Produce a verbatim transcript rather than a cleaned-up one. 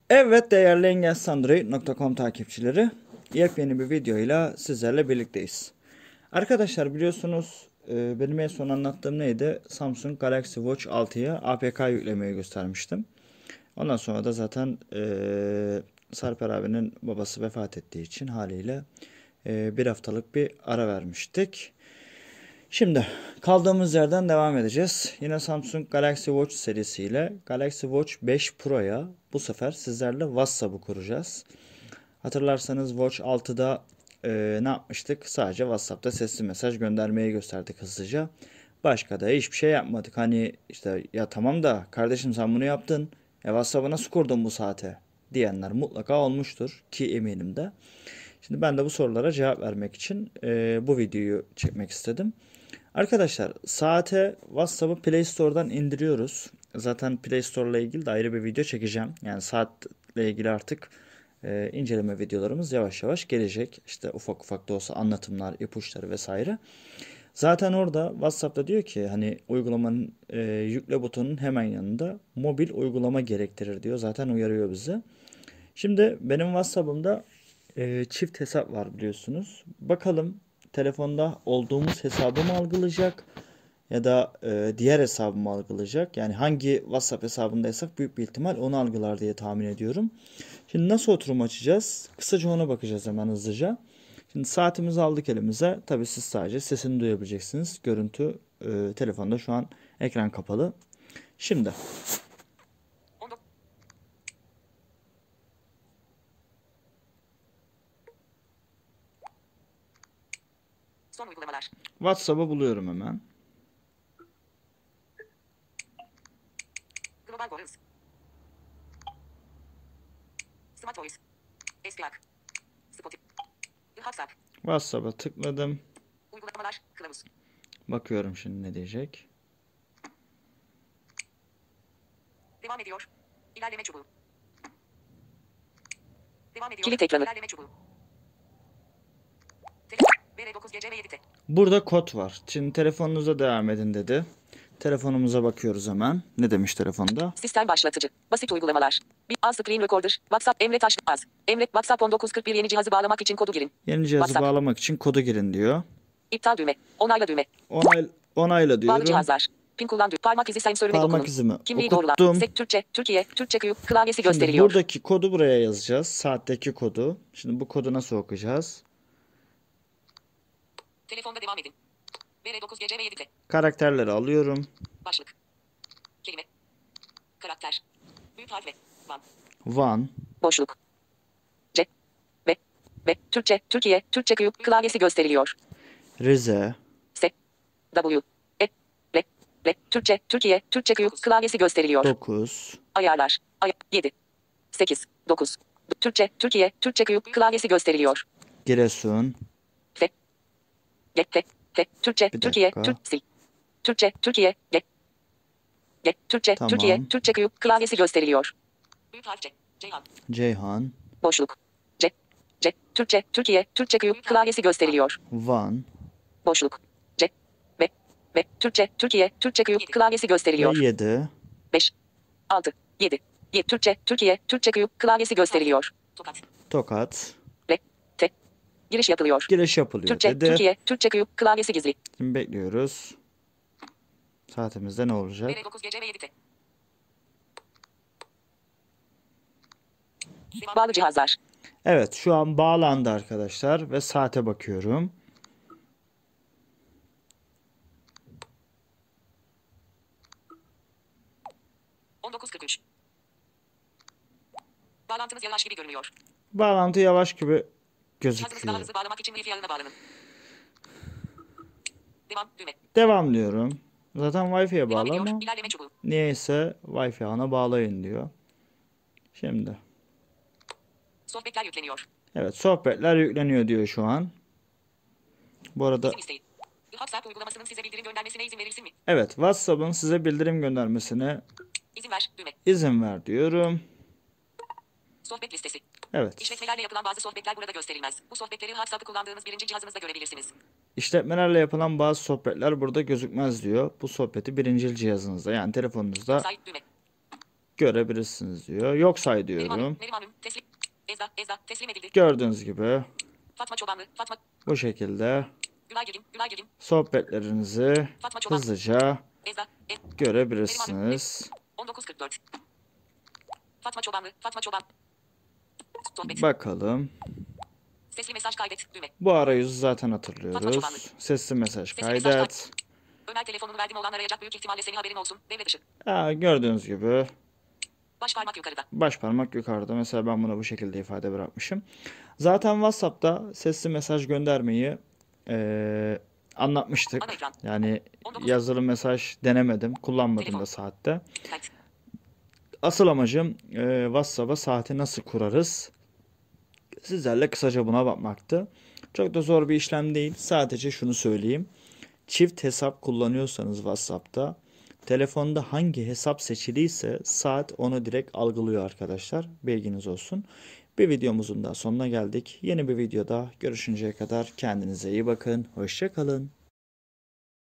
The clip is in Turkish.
Evet değerli engelsiz android nokta com takipçileri, yepyeni bir videoyla sizlerle birlikteyiz. Arkadaşlar biliyorsunuz e, benim en son anlattığım neydi? Samsung Galaxy Watch altıya A P K yüklemeyi göstermiştim. Ondan sonra da zaten e, Sarper abinin babası vefat ettiği için haliyle e, bir haftalık bir ara vermiştik. Şimdi kaldığımız yerden devam edeceğiz. Yine Samsung Galaxy Watch serisiyle Galaxy Watch beş Pro'ya bu sefer sizlerle WhatsApp'ı kuracağız. Hatırlarsanız Watch altıda e, ne yapmıştık? Sadece WhatsApp'ta sesli mesaj göndermeyi gösterdik hızlıca. Başka da hiçbir şey yapmadık. Hani işte ya tamam da kardeşim sen bunu yaptın. Ya WhatsApp'ı nasıl kurdun bu saate? Diyenler mutlaka olmuştur ki eminim de. Şimdi ben de bu sorulara cevap vermek için e, bu videoyu çekmek istedim. Arkadaşlar saate WhatsApp'ı Play Store'dan indiriyoruz. Zaten Play Store ile ilgili de ayrı bir video çekeceğim. Yani saatle ilgili artık e, inceleme videolarımız yavaş yavaş gelecek. İşte ufak ufak da olsa anlatımlar, ipuçları vesaire. Zaten orada WhatsApp'ta diyor ki hani uygulamanın e, yükle butonunun hemen yanında mobil uygulama gerektirir diyor. Zaten uyarıyor bizi. Şimdi benim WhatsApp'ımda e, çift hesap var biliyorsunuz. Bakalım telefonda olduğumuz hesabı mı algılayacak ya da e, diğer hesabı mı algılayacak? Yani hangi WhatsApp hesabındaysak büyük bir ihtimal onu algılar diye tahmin ediyorum. Şimdi nasıl oturum açacağız? Kısaca ona bakacağız hemen hızlıca. Şimdi saatimizi aldık elimize. Tabii siz sadece sesini duyabileceksiniz. Görüntü e, telefonda şu an ekran kapalı. Şimdi Son uygulamalar. WhatsApp'ı buluyorum hemen. Global Voice. Smart Voice. Esplak. Spotify. WhatsApp. WhatsApp'a tıkladım. Uygulamalar. Kılavuz. Bakıyorum şimdi ne diyecek. Devam ediyor. İlerleme çubuğu. Devam ediyor. Kilit ekranı. İlerleme çubuğu. B R dokuz G C ve yedi T. Burada kod var. Şimdi telefonunuza devam edin dedi. Telefonumuza bakıyoruz hemen. Ne demiş telefonda? Sistem başlatıcı. Basit uygulamalar. Bir A Screen Recorder. WhatsApp Emre Taş Az. Emre WhatsApp on dokuz kırk bir yeni cihazı bağlamak için kodu girin. Yeni cihazı WhatsApp. bağlamak için kodu girin diyor. İptal düğme. Onayla düğme. Onay, onayla diyorum. Bağlı cihazlar. Pin kullan düğme. Parmak izi sensörüne Parmak dokunun. izimi Kimliği okuttum. doğrula. Sek Türkçe. Türkiye. Türkçe kıyı. Klavyesi Şimdi gösteriliyor. buradaki kodu buraya yazacağız. Saatteki kodu. Şimdi bu kodu nasıl okuyacağız? Telefonda devam edin. B R dokuz G C ve yedi T. Karakterleri alıyorum. Başlık. Kelime. Karakter. Büyük harf ve. Van. Van. Boşluk. C. Ve. Ve. Türkçe. Türkiye. Türkçe kıyı. Klavyesi gösteriliyor. Rize. S. W. E. R. R. Türkçe. Türkiye. Türkçe kıyı. Klavyesi gösteriliyor. dokuz. Ayarlar. Ay. yedi. sekiz. dokuz. Türkçe. Türkiye. Türkçe kıyı. Klavyesi gösteriliyor. Giresun. F. G. F. F. Türkçe. Bir Türkiye. dakika. Türk. Sil. Türkçe. Türkiye. G. G. Türkçe. Tamam. Türkiye. Türkçe kıyı. Klavyesi gösteriliyor. Büyük harf C. Ceyhan. Ceyhan. Boşluk. C. C. Türkçe. Türkiye. Türkçe kıyı. Klavyesi gösteriliyor. Van. Boşluk. C. Ve. Ve. Türkçe. Türkiye. Türkçe kıyı. Klavyesi Ve gösteriliyor. yedi. beş. altı. yedi. yedi. Türkçe. Türkiye. Türkçe kıyı. Klavyesi gösteriliyor. Tokat. Tokat. R. T. Giriş yapılıyor. Giriş yapılıyor Türkçe. dedi. Türkiye. Türkçe kıyı. Klavyesi gizli. Şimdi bekliyoruz. Saatimizde ne olacak? B R dokuz G C ve yedi T. Bağlı cihazlar. Evet şu an bağlandı arkadaşlar ve saate bakıyorum. on dokuz kırk üç. Bağlantınız yavaş gibi görünüyor. Bağlantı yavaş gibi Cihazınızı daha gözüküyor. hızlı bağlamak için Wi-Fi ağına bağlanın. Devam düğme. Devam diyorum. Zaten Wi-Fi'ye Devam bağlı ediyor. ama İlerleme çubuğu. niyeyse Wi-Fi ağına bağlayın diyor. Şimdi. Sohbetler yükleniyor. Evet sohbetler yükleniyor diyor şu an. Bu arada İzin isteyin. WhatsApp uygulamasının size bildirim göndermesine izin verilsin mi? evet WhatsApp'ın size bildirim göndermesine İzin ver düğme. izin ver diyorum. Sohbet listesi. Evet. İşletmelerle yapılan bazı sohbetler burada gösterilmez. Bu sohbetleri WhatsApp'ı kullandığınız birinci cihazınızda görebilirsiniz. İşletmelerle yapılan bazı sohbetler burada gözükmez diyor. Bu sohbeti birincil cihazınızda yani telefonunuzda Sahip düğme. görebilirsiniz diyor. Yok say Neriman Ün, diyorum. Neriman Ün, teslim. Ezda, Ezda, teslim edildi. Gördüğünüz gibi Fatma Çobanlı, Fatma. bu şekilde Gülay Gül'ün, Gülay Gül'ün. sohbetlerinizi Fatma Çoban. hızlıca Ezda, e, görebilirsiniz. on dokuz kırk dört. Fatma Çobanlı, Fatma Çoban. Sohbet. Bakalım. Sesli mesaj kaydet, düğme. Bu arayüzü zaten Fatma Çobanlı. hatırlıyoruz. Sesli mesaj Sesli mesaj kaydet. Ömer telefonunu verdim oğlan arayacak, büyük ihtimalle senin haberin olsun. Devre dışı. Ha, gördüğünüz gibi Baş parmak yukarıda. baş parmak yukarıda. Mesela ben bunu bu şekilde ifade bırakmışım. Zaten WhatsApp'ta sesli mesaj göndermeyi eee, anlatmıştık. Ana ekran. Yani on dokuz. yazılı mesaj denemedim. Kullanmadım Telefon. da saatte. Kayıt. Asıl amacım eee WhatsApp'a saati nasıl kurarız? Sizlerle kısaca buna bakmaktı. Çok da zor bir işlem değil. Sadece şunu söyleyeyim. Çift hesap kullanıyorsanız WhatsApp'ta telefonda hangi hesap seçiliyse saat onu direkt algılıyor arkadaşlar. Bilginiz olsun. Bir videomuzun da sonuna geldik. Yeni bir videoda görüşünceye kadar kendinize iyi bakın. Hoşça kalın.